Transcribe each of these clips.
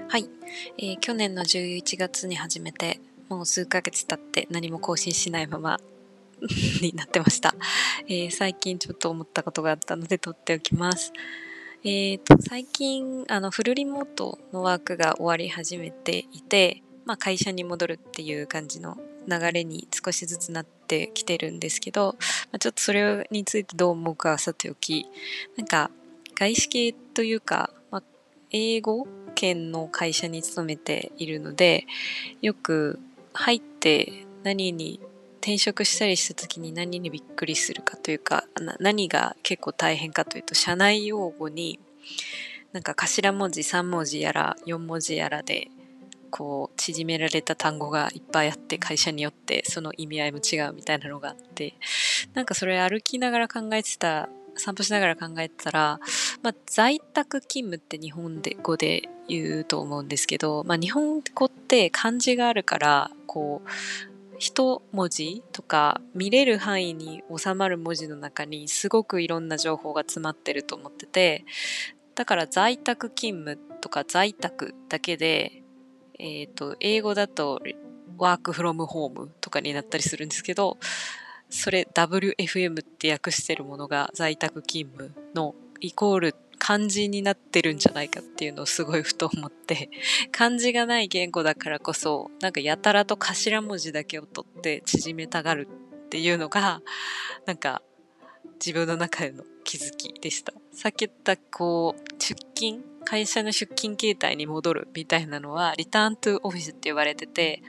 はい、去年の11月に始めて、もう数ヶ月経って何も更新しないままになってました。最近ちょっと思ったことがあったので撮っておきます。最近フルリモートのワークが終わり始めていて、会社に戻るっていう感じの流れに少しずつなってきてるんですけど、ちょっとそれについてどう思うかはさておき、なんか外資系というか、英語圏の会社に勤めているので、よく入って何に転職したりした時に何にびっくりするかというか、何が結構大変かというと、社内用語になんか頭文字3文字やら4文字やらでこう縮められた単語がいっぱいあって、会社によってその意味合いも違うみたいなのがあって、なんかそれ歩きながら考えてた、散歩しながら考えてたら、在宅勤務って日本語で言うと思うんですけど、日本語って漢字があるから、こう一文字とか見れる範囲に収まる文字の中にすごくいろんな情報が詰まってると思ってて、だから在宅勤務とか在宅だけで、英語だとワークフロムホームとかになったりするんですけど、それ WFM って訳してるものが在宅勤務のイコール漢字になってるんじゃないかっていうのをすごいふと思って、漢字がない言語だからこそなんかやたらと頭文字だけを取って縮めたがるっていうのが、なんか自分の中での気づきでした。さっき言ったこう会社の出勤形態に戻るみたいなのはリターントゥオフィスって言われてて、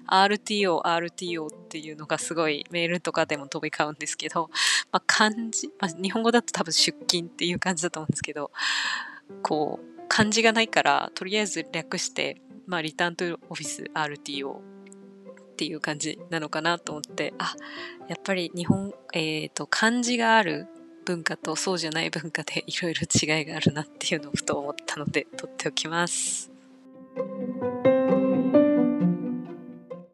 RTO っていうのがすごいメールとかでも飛び交うんですけど、漢字、日本語だと多分出勤っていう感じだと思うんですけど、こう漢字がないからとりあえず略して、リターントゥオフィス RTO っていう感じなのかなと思って、やっぱり漢字がある文化とそうじゃない文化でいろいろ違いがあるなっていうのをふと思ったので取っておきます。